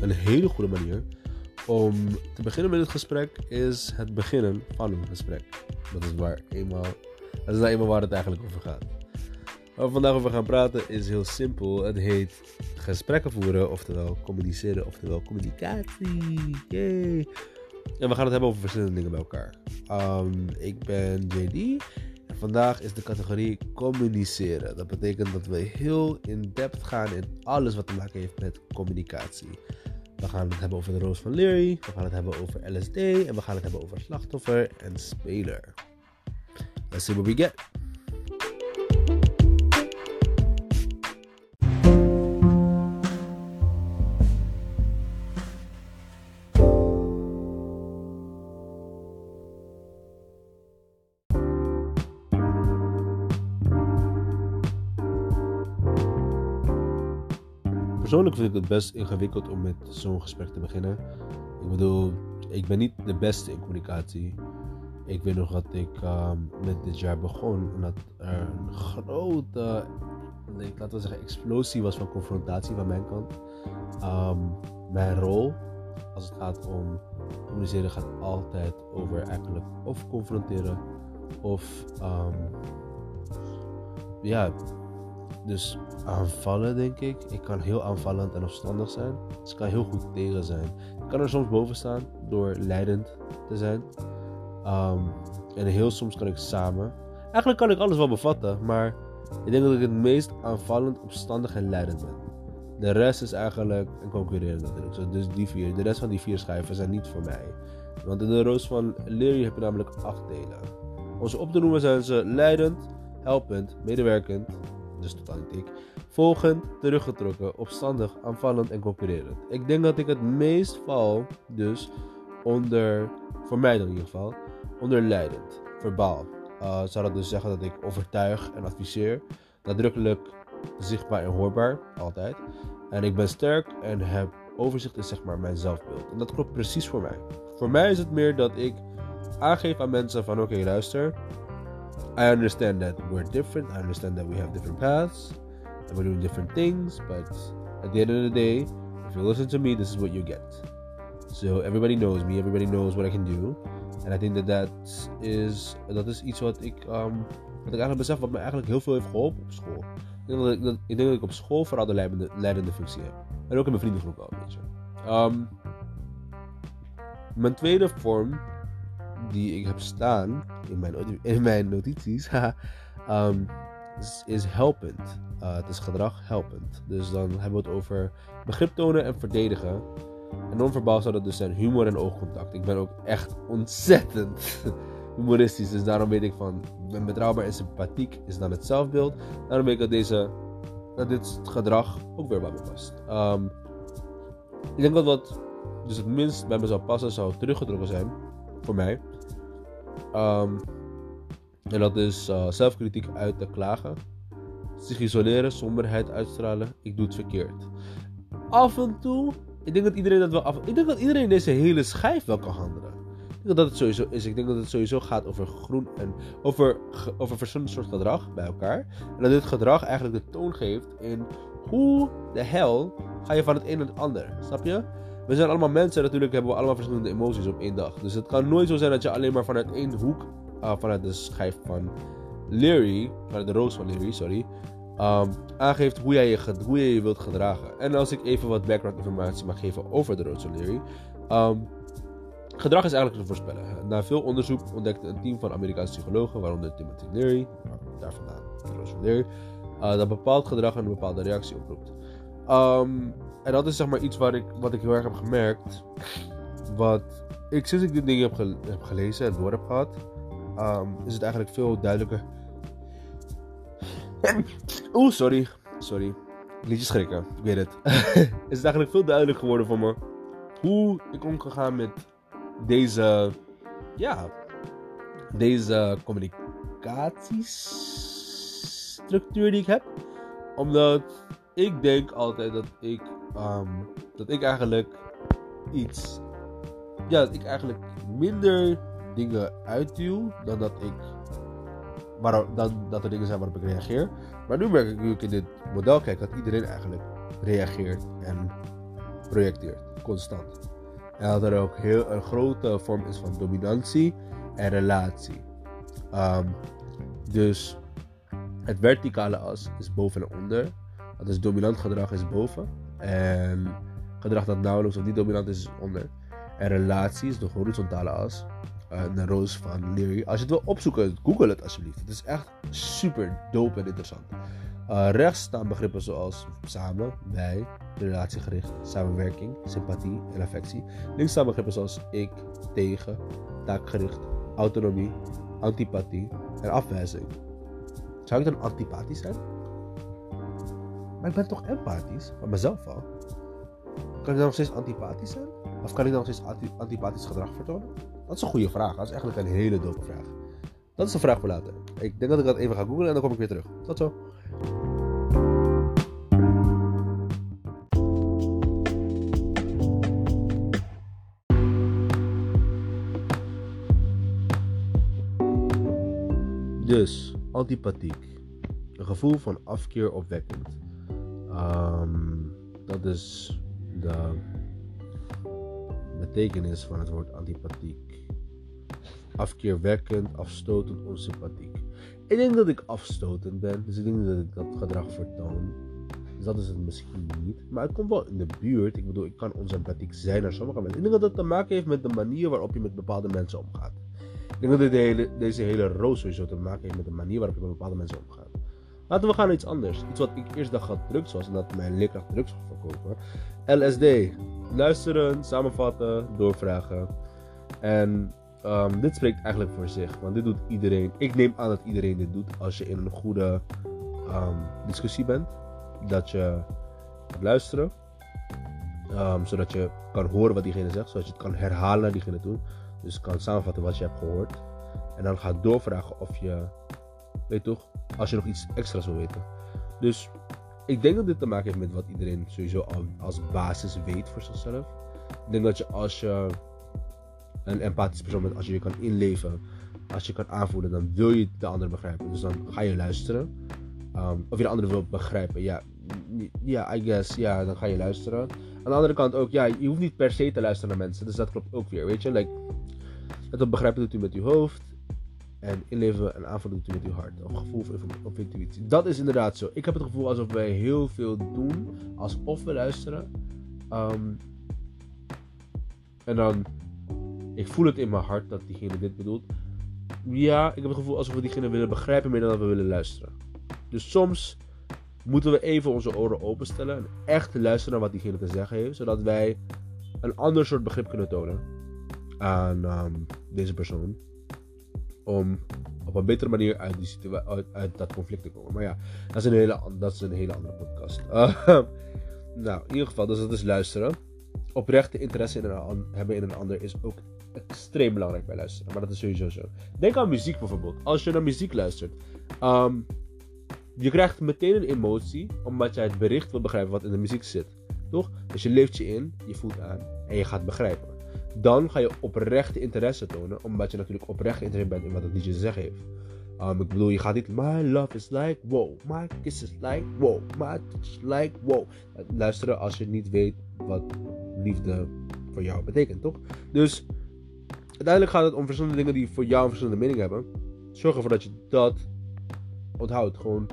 een hele goede manier om te beginnen met het gesprek is het beginnen van een gesprek. Dat is nou eenmaal waar het eigenlijk over gaat. Waar we vandaag over gaan praten is heel simpel. Het heet gesprekken voeren, oftewel communiceren, oftewel communicatie. Yay! En we gaan het hebben over verschillende dingen bij elkaar. Ik ben JD en vandaag is de categorie communiceren. Dat betekent dat we heel in depth gaan in alles wat te maken heeft met communicatie. We gaan het hebben over de roos van Leary, we gaan het hebben over LSD en we gaan het hebben over slachtoffer en speler. Let's see what we get. Persoonlijk vind ik het best ingewikkeld om met zo'n gesprek te beginnen. Ik bedoel, ik ben niet de beste in communicatie. Ik weet nog dat ik met dit jaar begon en dat er een grote, laten we zeggen, explosie was van confrontatie van mijn kant. Mijn rol, als het gaat om communiceren, gaat altijd over eigenlijk of confronteren of dus aanvallen, denk ik. Ik kan heel aanvallend en opstandig zijn. Dus ik kan heel goed tegen zijn. Ik kan er soms boven staan door leidend te zijn. En heel soms kan ik samen. Eigenlijk kan ik alles wel bevatten, maar ik denk dat ik het meest aanvallend, opstandig en leidend ben. De rest is eigenlijk een concurrerend natuurlijk. Dus de rest van die 4 schijven zijn niet voor mij. Want in de roos van Leary heb je namelijk 8 delen. Om ze op te noemen zijn ze leidend, helpend, medewerkend, dus totaal niet ik, volgend, teruggetrokken, opstandig, aanvallend en concurrerend. Ik denk dat ik het meest val dus onder, voor mij dan in ieder geval, onder leidend, verbaal. Zou dat dus zeggen dat ik overtuig en adviseer, nadrukkelijk, zichtbaar en hoorbaar, altijd. En ik ben sterk en heb overzicht in zeg maar mijn zelfbeeld. En dat klopt precies voor mij. Voor mij is het meer dat ik aangeef aan mensen van oké, luister, I understand that we're different. I understand that we have different paths and we're doing different things. But at the end of the day, if you listen to me, this is what you get. So everybody knows me. Everybody knows what I can do. And I think that is iets wat ik eigenlijk besef, wat me eigenlijk heel veel heeft geholpen op school. Ik denk dat ik op school vooral de leidende functie heb. En ook in mijn vriendengroep wel een beetje. Mijn tweede vorm die ik heb staan in mijn notities is helpend. Het is gedrag helpend. Dus dan hebben we het over begrip tonen en verdedigen. En non-verbaal zou dat dus zijn humor en oogcontact. Ik ben ook echt ontzettend humoristisch. Dus daarom weet ik van, ik ben betrouwbaar en sympathiek is dan het zelfbeeld. Daarom weet ik dat dit gedrag ook weer bij me past. Ik denk dat wat dus het minst bij me zou passen, zou teruggetrokken zijn. Voor mij. En dat is zelfkritiek uiten, klagen. Zich isoleren, somberheid uitstralen. Ik doe het verkeerd. Af en toe. Ik denk dat iedereen deze hele schijf wel kan handelen. Ik denk dat het sowieso is. Ik denk dat het sowieso gaat over groen en over verschillende soorten gedrag bij elkaar. En dat dit gedrag eigenlijk de toon geeft in hoe de hel ga je van het een naar het ander. Snap je? We zijn allemaal mensen, natuurlijk hebben we allemaal verschillende emoties op één dag. Dus het kan nooit zo zijn dat je alleen maar vanuit één hoek, vanuit de schijf van Leary, vanuit de roos van Leary, sorry, aangeeft hoe jij je wilt gedragen. En als ik even wat background informatie mag geven over de roos van Leary. Gedrag is eigenlijk te voorspellen. Na veel onderzoek ontdekte een team van Amerikaanse psychologen, waaronder Timothy Leary, daar vandaan de roos van Leary, dat bepaald gedrag een bepaalde reactie oproept. En dat is zeg maar iets wat ik heel erg heb gemerkt. Sinds ik dit ding heb gelezen en door heb gehad, is het eigenlijk veel duidelijker. Sorry. Liedjes schrikken, ik weet het. Is het eigenlijk veel duidelijker geworden voor me hoe ik omgegaan met deze communicatiestructuur die ik heb. Omdat ik denk altijd dat ik eigenlijk minder dingen uitduw dan dat er dingen zijn waarop ik reageer. Maar nu merk ik, nu ik in dit model kijk, dat iedereen eigenlijk reageert en projecteert, constant. En dat er ook een grote vorm is van dominantie en relatie. Dus het verticale as is boven en onder. Dat is dominant gedrag is boven. En gedrag dat nauwelijks of niet dominant is onder. En relatie is de horizontale as. De roos van Leary. Als je het wil opzoeken, google het alsjeblieft. Het is echt super dope en interessant. Rechts staan begrippen zoals samen, wij, relatiegericht, samenwerking, sympathie en affectie. Links staan begrippen zoals ik, tegen, taakgericht, autonomie, antipathie en afwijzing. Zou ik dan antipathisch zijn? Maar ik ben toch empathisch? Van mezelf al. Kan ik dan nog steeds antipathisch zijn? Of kan ik dan nog steeds antipathisch gedrag vertonen? Dat is een goede vraag. Dat is eigenlijk een hele dope vraag. Dat is een vraag voor later. Ik denk dat ik dat even ga googlen en dan kom ik weer terug. Tot zo. Dus, antipathiek. Een gevoel van afkeer opwekkend. Dat is de betekenis van het woord antipathiek. Afkeerwekkend, afstotend, onsympathiek. Ik denk dat ik afstotend ben, dus ik denk dat ik dat gedrag vertoon. Dus dat is het misschien niet. Maar het komt wel in de buurt. Ik bedoel, ik kan onsympathiek zijn naar sommige mensen. Ik denk dat het te maken heeft met de manier waarop je met bepaalde mensen omgaat. Ik denk dat deze hele roos sowieso te maken heeft met de manier waarop je met bepaalde mensen omgaat. Laten we gaan naar iets anders. Iets wat ik eerst dacht dat drugs was en dat mijn leerkracht drugs gaat verkopen. LSD. Luisteren, samenvatten, doorvragen. En dit spreekt eigenlijk voor zich. Want dit doet iedereen. Ik neem aan dat iedereen dit doet als je in een goede discussie bent. Dat je gaat luisteren. Zodat je kan horen wat diegene zegt. Zodat je het kan herhalen naar diegene toe. Dus kan samenvatten wat je hebt gehoord. En dan gaat doorvragen of je... Weet toch? Als je nog iets extra's wil weten. Dus ik denk dat dit te maken heeft met wat iedereen sowieso als basis weet voor zichzelf. Ik denk dat als je een empathisch persoon bent, als je je kan inleven, als je kan aanvoelen, dan wil je de ander begrijpen. Dus dan ga je luisteren. Of je de ander wil begrijpen, ja, I guess, ja, dan ga je luisteren. Aan de andere kant ook, ja, je hoeft niet per se te luisteren naar mensen. Dus dat klopt ook weer, weet je. Like, het begrijpen doet u met uw hoofd. En inleven en aanvoelen doet u met uw hart. Of gevoel of intuïtie. Dat is inderdaad zo. Ik heb het gevoel alsof wij heel veel doen. Alsof we luisteren. En dan... Ik voel het in mijn hart dat diegene dit bedoelt. Ja, ik heb het gevoel alsof we diegene willen begrijpen meer dan dat we willen luisteren. Dus soms moeten we even onze oren openstellen. En echt luisteren naar wat diegene te zeggen heeft. Zodat wij een ander soort begrip kunnen tonen. Aan deze persoon. Om op een betere manier uit dat conflict te komen. Maar ja, dat is een hele andere podcast. Nou, in ieder geval, dus dat is luisteren. Oprechte interesse hebben in een ander is ook extreem belangrijk bij luisteren. Maar dat is sowieso zo. Denk aan muziek bijvoorbeeld. Als je naar muziek luistert. Je krijgt meteen een emotie. Omdat jij het bericht wil begrijpen wat in de muziek zit. Toch? Dus je leeft je in, je voelt aan en je gaat begrijpen. Dan ga je oprechte interesse tonen. Omdat je natuurlijk oprecht geïnteresseerd bent in wat het liedje te zeggen heeft. Ik bedoel, je gaat niet... My love is like wow. My kiss is like wow. My touch is like wow. Luisteren als je niet weet wat liefde voor jou betekent, toch? Dus uiteindelijk gaat het om verschillende dingen die voor jou een verschillende mening hebben. Zorg ervoor dat je dat onthoudt. Gewoon...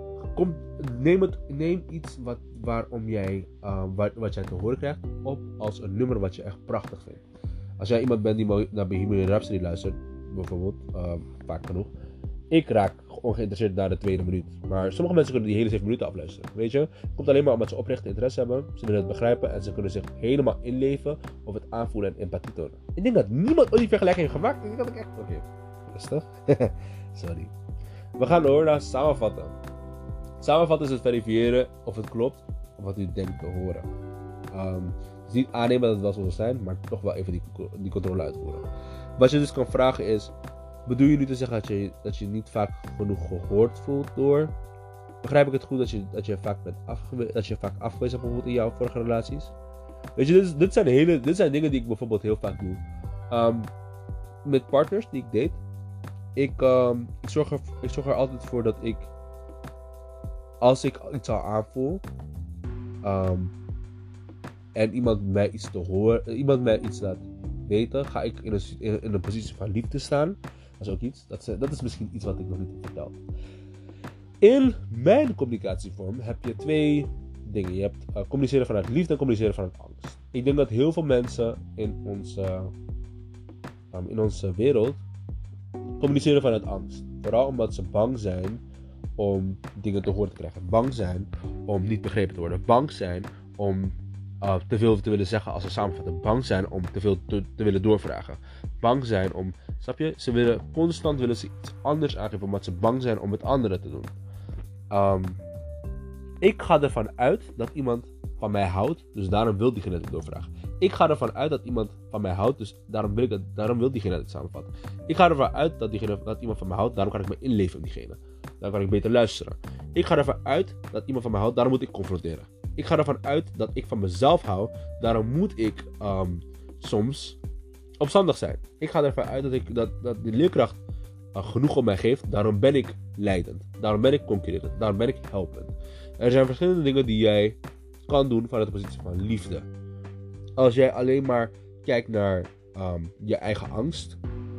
Neem iets wat jij te horen krijgt op als een nummer wat je echt prachtig vindt. Als jij iemand bent die naar Bohemian Rhapsody luistert, bijvoorbeeld, vaak genoeg. Ik raak ongeïnteresseerd naar de tweede minuut. Maar sommige mensen kunnen die hele 7 minuten afluisteren. Weet je? Het komt alleen maar omdat ze oprechte interesse hebben. Ze willen het begrijpen en ze kunnen zich helemaal inleven of het aanvoelen en empathie tonen. Ik denk dat niemand ooit die vergelijking heeft gemaakt. Ik denk dat ik echt... Oké, rustig. Sorry. We gaan door naar samenvatten. Samenvatten is het verifiëren of het klopt of wat u denkt te horen. Dus niet aannemen dat het wel zo zal zijn, maar toch wel even die controle uitvoeren. Wat je dus kan vragen is, bedoel je nu te zeggen dat je niet vaak genoeg gehoord voelt door? Begrijp ik het goed dat je vaak afgewezen bent bijvoorbeeld in jouw vorige relaties? Weet je, dit zijn dingen die ik bijvoorbeeld heel vaak doe. Met partners die ik date, ik zorg er altijd voor dat ik, als ik iets al aanvoel, en iemand mij iets laat weten, ga ik in een positie van liefde staan. Dat is ook iets. Dat is misschien iets wat ik nog niet heb verteld. In mijn communicatievorm heb je 2 dingen. Je hebt communiceren vanuit liefde en communiceren vanuit angst. Ik denk dat heel veel mensen in onze wereld communiceren vanuit angst. Vooral omdat ze bang zijn om dingen te horen te krijgen. Bang zijn om niet begrepen te worden. Bang zijn om te veel te willen zeggen als ze samenvatten. Bang zijn om te veel te willen doorvragen. Bang zijn om, snap je? Ze willen constant iets anders aangeven omdat ze bang zijn om het andere te doen. Ik ga ervan uit dat iemand van mij houdt, dus daarom wil diegene het doorvragen. Ik ga ervan uit dat iemand van mij houdt, dus daarom wil diegene het samenvatten. Ik ga ervan uit dat iemand van mij houdt, daarom kan ik me inleven in diegene. Dan kan ik beter luisteren. Ik ga ervan uit dat iemand van mij houdt, daarom moet ik confronteren. Ik ga ervan uit dat ik van mezelf hou, daarom moet ik soms opstandig zijn. Ik ga ervan uit dat die leerkracht genoeg om mij geeft, daarom ben ik leidend. Daarom ben ik concurrerend. Daarom ben ik helpend. Er zijn verschillende dingen die jij kan doen vanuit de positie van liefde. Als jij alleen maar kijkt naar je eigen angst,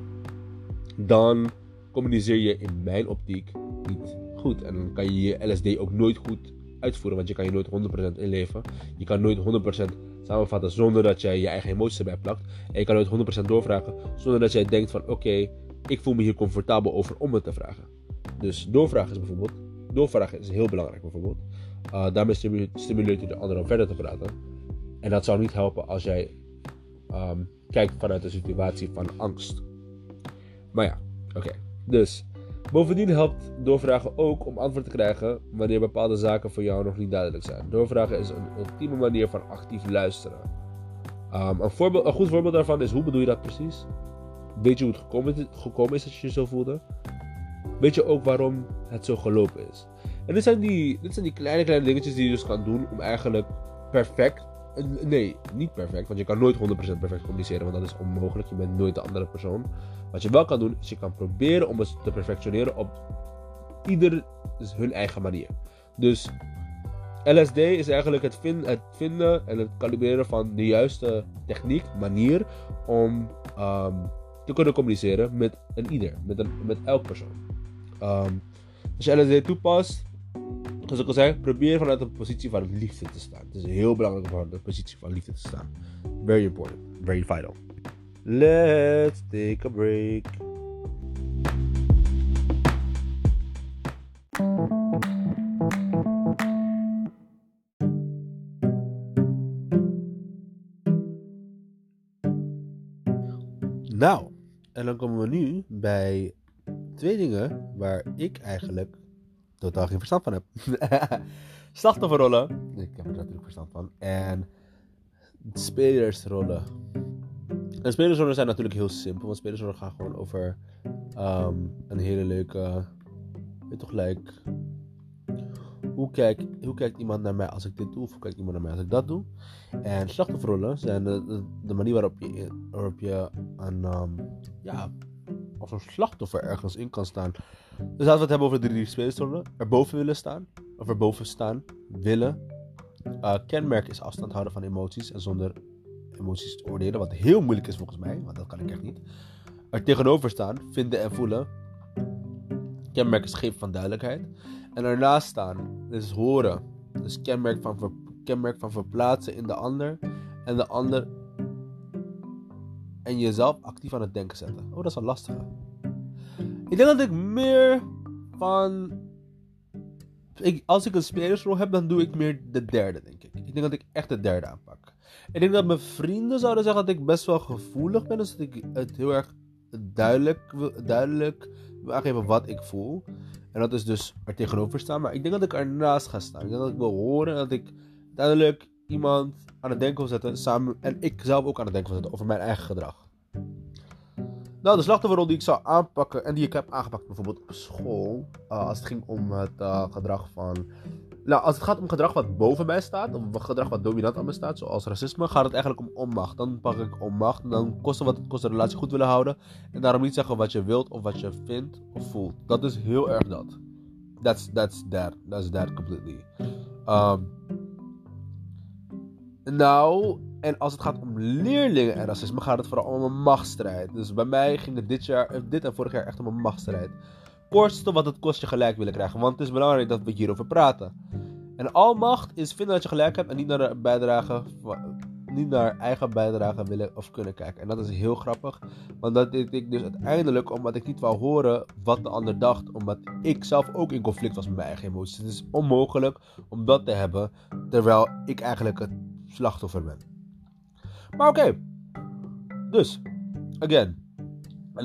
dan communiceer je in mijn optiek niet goed. En dan kan je je LSD ook nooit goed uitvoeren, want je kan je nooit 100% inleven. Je kan nooit 100% samenvatten zonder dat jij je eigen emoties erbij plakt. En je kan nooit 100% doorvragen zonder dat jij denkt van oké, ik voel me hier comfortabel over om het te vragen. Dus doorvragen is heel belangrijk bijvoorbeeld. Daarmee stimuleert je de ander om verder te praten. En dat zou niet helpen als jij kijkt vanuit een situatie van angst. Maar ja, oké. Dus, bovendien helpt doorvragen ook om antwoord te krijgen wanneer bepaalde zaken voor jou nog niet duidelijk zijn. Doorvragen is een ultieme manier van actief luisteren. Een goed voorbeeld daarvan is, hoe bedoel je dat precies? Weet je hoe het gekomen is dat je je zo voelde? Weet je ook waarom het zo gelopen is? En dit zijn die kleine dingetjes die je dus kan doen om eigenlijk perfect... Nee, niet perfect, want je kan nooit 100% perfect communiceren, want dat is onmogelijk. Je bent nooit de andere persoon. Wat je wel kan doen, is je kan proberen om het te perfectioneren op ieder hun eigen manier. Dus LSD is eigenlijk het vinden en het kalibreren van de juiste techniek, manier om te kunnen communiceren met met elk persoon. Als je LSD toepast, zoals ik al zei, probeer vanuit een positie van liefde te staan. Het is heel belangrijk om vanuit een positie van liefde te staan. Very important, very vital. Let's take a break. Nou, en dan komen we nu bij 2 dingen waar ik eigenlijk totaal geen verstand van heb. Slachtofferrollen, ik heb er natuurlijk verstand van, en spelersrollen. En spelersrollen zijn natuurlijk heel simpel, want spelersrollen gaan gewoon over een hele leuke, weet toch, like, hoe kijkt iemand naar mij als ik dit doe, of hoe kijkt iemand naar mij als ik dat doe. En slachtofferrollen zijn de manier waarop je als een slachtoffer ergens in kan staan. Dus laten we het hebben over de 3 spelersrollen. Erboven willen staan, of erboven staan willen. Kenmerk is afstand houden van emoties en zonder emoties te oordelen, wat heel moeilijk is volgens mij, want dat kan ik echt niet. Er tegenover staan, vinden en voelen. Kenmerk is geven van duidelijkheid. En ernaast staan, dus horen. Dus kenmerk van verplaatsen in de ander. En de ander en jezelf actief aan het denken zetten. Oh, dat is wel lastig. Ik denk dat ik meer van... Als ik een spelersrol heb, dan doe ik meer de derde, denk ik. Ik denk dat ik echt de derde aanpak. Ik denk dat mijn vrienden zouden zeggen dat ik best wel gevoelig ben. Dus dat ik het heel erg duidelijk wil aangeven wat ik voel. En dat is dus er tegenover staan. Maar ik denk dat ik ernaast ga staan. Ik denk dat ik wil horen en dat ik duidelijk iemand aan het denken wil zetten. Samen, en ik zelf ook aan het denken wil zetten over mijn eigen gedrag. Nou, de slachtofferrol die ik zou aanpakken en die ik heb aangepakt bijvoorbeeld op school. Als het ging om het gedrag van... Nou, als het gaat om gedrag wat boven mij staat, of gedrag wat dominant aan me staat, zoals racisme, gaat het eigenlijk om onmacht. Dan pak ik onmacht en dan kost het wat het kost de relatie goed willen houden. En daarom niet zeggen wat je wilt of wat je vindt of voelt. Dat is heel erg dat. That's that completely. Nou, en als het gaat om leerlingen en racisme, gaat het vooral om een machtsstrijd. Dus bij mij ging het dit en vorig jaar echt om een machtsstrijd. Kortste wat het kost je gelijk willen krijgen, want het is belangrijk dat we hierover praten. En almacht is vinden dat je gelijk hebt en niet naar eigen bijdrage willen of kunnen kijken. En dat is heel grappig, want dat deed ik dus uiteindelijk omdat ik niet wou horen wat de ander dacht, omdat ik zelf ook in conflict was met mijn eigen emoties. Het is onmogelijk om dat te hebben, terwijl ik eigenlijk het slachtoffer ben. Maar oké, dus, again. En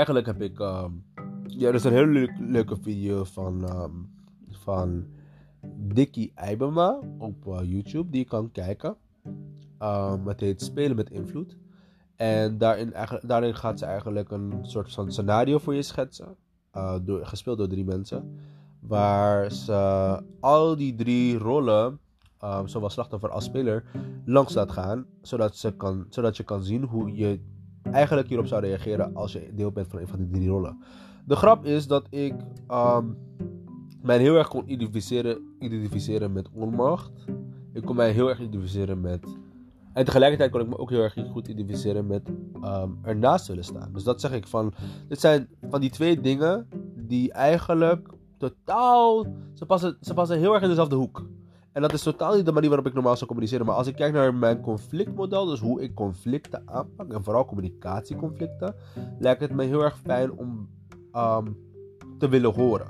er is een hele leuke video van Dickie Eibema op YouTube die je kan kijken. Het heet Spelen met Invloed. En daarin gaat ze eigenlijk een soort van scenario voor je schetsen. Gespeeld door 3 mensen. Waar ze al die 3 rollen, zowel slachtoffer als speler, langs laat gaan. Zodat je kan zien hoe je eigenlijk hierop zou reageren als je deel bent van een van die 3 rollen. De grap is dat ik mij heel erg kon identificeren met onmacht. Ik kon mij heel erg identificeren met... En tegelijkertijd kon ik me ook heel erg goed identificeren met ernaast willen staan. Dus dat zeg ik van... Dit zijn van die 2 dingen die eigenlijk totaal... Ze passen heel erg in dezelfde hoek. En dat is totaal niet de manier waarop ik normaal zou communiceren. Maar als ik kijk naar mijn conflictmodel, dus hoe ik conflicten aanpak, en vooral communicatieconflicten, lijkt het me heel erg fijn om te willen horen.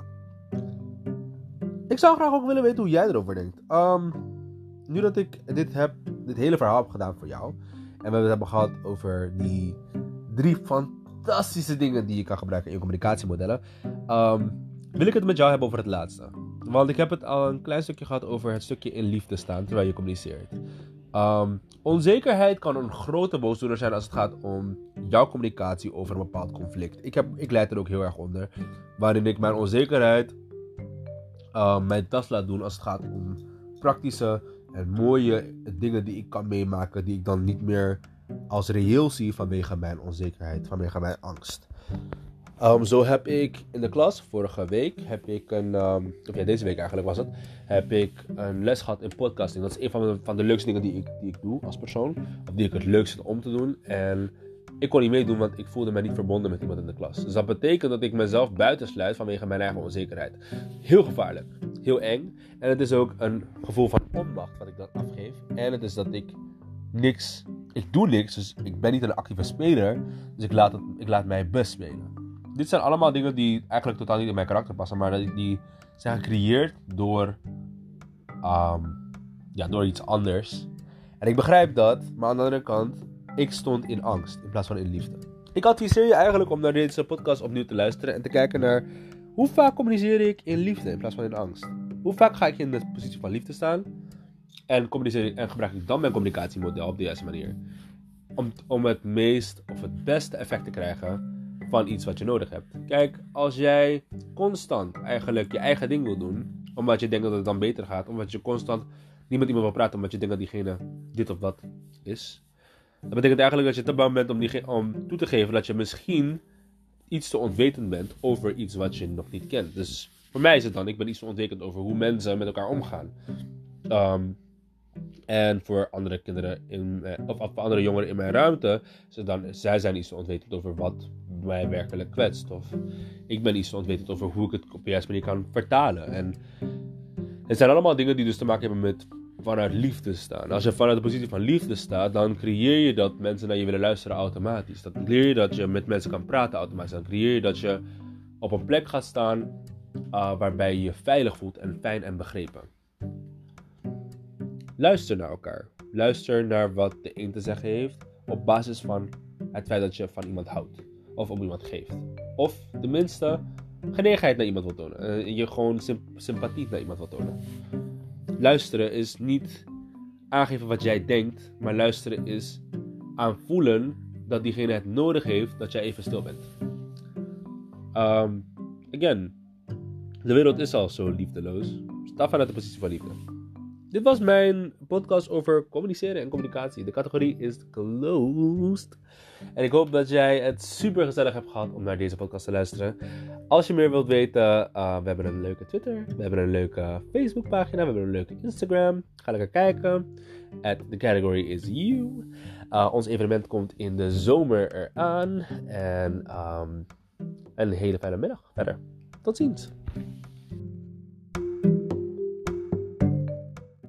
Ik zou graag ook willen weten hoe jij erover denkt. Nu dat ik dit hele verhaal heb gedaan voor jou, en we hebben gehad over die 3 fantastische dingen die je kan gebruiken in je communicatiemodellen, wil ik het met jou hebben over het laatste. Want ik heb het al een klein stukje gehad over het stukje in liefde staan terwijl je communiceert. Onzekerheid kan een grote boosdoener zijn als het gaat om jouw communicatie over een bepaald conflict. Ik leid er ook heel erg onder, waarin ik mijn onzekerheid mijn tas laat doen als het gaat om praktische en mooie dingen die ik kan meemaken, die ik dan niet meer als reëel zie vanwege mijn onzekerheid, vanwege mijn angst. Zo heb ik in de klas, vorige week, deze week eigenlijk was het, heb ik een les gehad in podcasting. Dat is een van de leukste dingen die ik doe als persoon, of die ik het leukst vind om te doen. En ik kon niet meedoen, want ik voelde mij niet verbonden met iemand in de klas. Dus dat betekent dat ik mezelf buitensluit vanwege mijn eigen onzekerheid. Heel gevaarlijk, heel eng. En het is ook een gevoel van onmacht wat ik dan afgeef. En het is dat ik doe niks, dus ik ben niet een actieve speler. Dus ik laat mij bespelen. Dit zijn allemaal dingen die eigenlijk totaal niet in mijn karakter passen, maar die zijn gecreëerd door iets anders. En ik begrijp dat, maar aan de andere kant, ik stond in angst in plaats van in liefde. Ik adviseer je eigenlijk om naar deze podcast opnieuw te luisteren en te kijken naar hoe vaak communiceer ik in liefde in plaats van in angst. Hoe vaak ga ik in de positie van liefde staan en gebruik ik dan mijn communicatiemodel op de juiste manier. Om het beste effect te krijgen van iets wat je nodig hebt. Kijk, als jij constant eigenlijk je eigen ding wil doen, omdat je denkt dat het dan beter gaat, omdat je constant niet met iemand wil praten, omdat je denkt dat diegene dit of dat is, dat betekent eigenlijk dat je te bang bent om toe te geven dat je misschien iets te onwetend bent over iets wat je nog niet kent. Dus voor mij is het dan, ik ben iets te onwetend over hoe mensen met elkaar omgaan. En voor andere kinderen of andere jongeren in mijn ruimte, zij zijn iets te onwetend over wat mij werkelijk kwetst. Of ik ben iets te onwetend over hoe ik het op de juiste manier kan vertalen. En het zijn allemaal dingen die dus te maken hebben met vanuit liefde staan. Als je vanuit de positie van liefde staat, dan creëer je dat mensen naar je willen luisteren automatisch. Dan creëer je dat je met mensen kan praten automatisch. Dan creëer je dat je op een plek gaat staan waarbij je je veilig voelt en fijn en begrepen. Luister naar elkaar. Luister naar wat de een te zeggen heeft op basis van het feit dat je van iemand houdt. Of om iemand geeft. Of tenminste genegenheid naar iemand wil tonen. Je gewoon sympathie naar iemand wil tonen. Luisteren is niet aangeven wat jij denkt, maar luisteren is aanvoelen dat diegene het nodig heeft dat jij even stil bent. Again, de wereld is al zo liefdeloos. Sta vanuit de positie van liefde. Dit was mijn podcast over communiceren en communicatie. De categorie is closed. En ik hoop dat jij het super gezellig hebt gehad om naar deze podcast te luisteren. Als je meer wilt weten, we hebben een leuke Twitter. We hebben een leuke Facebook pagina. We hebben een leuke Instagram. Ga lekker kijken. The category is you. Ons evenement komt in de zomer eraan. En een hele fijne middag verder. Tot ziens.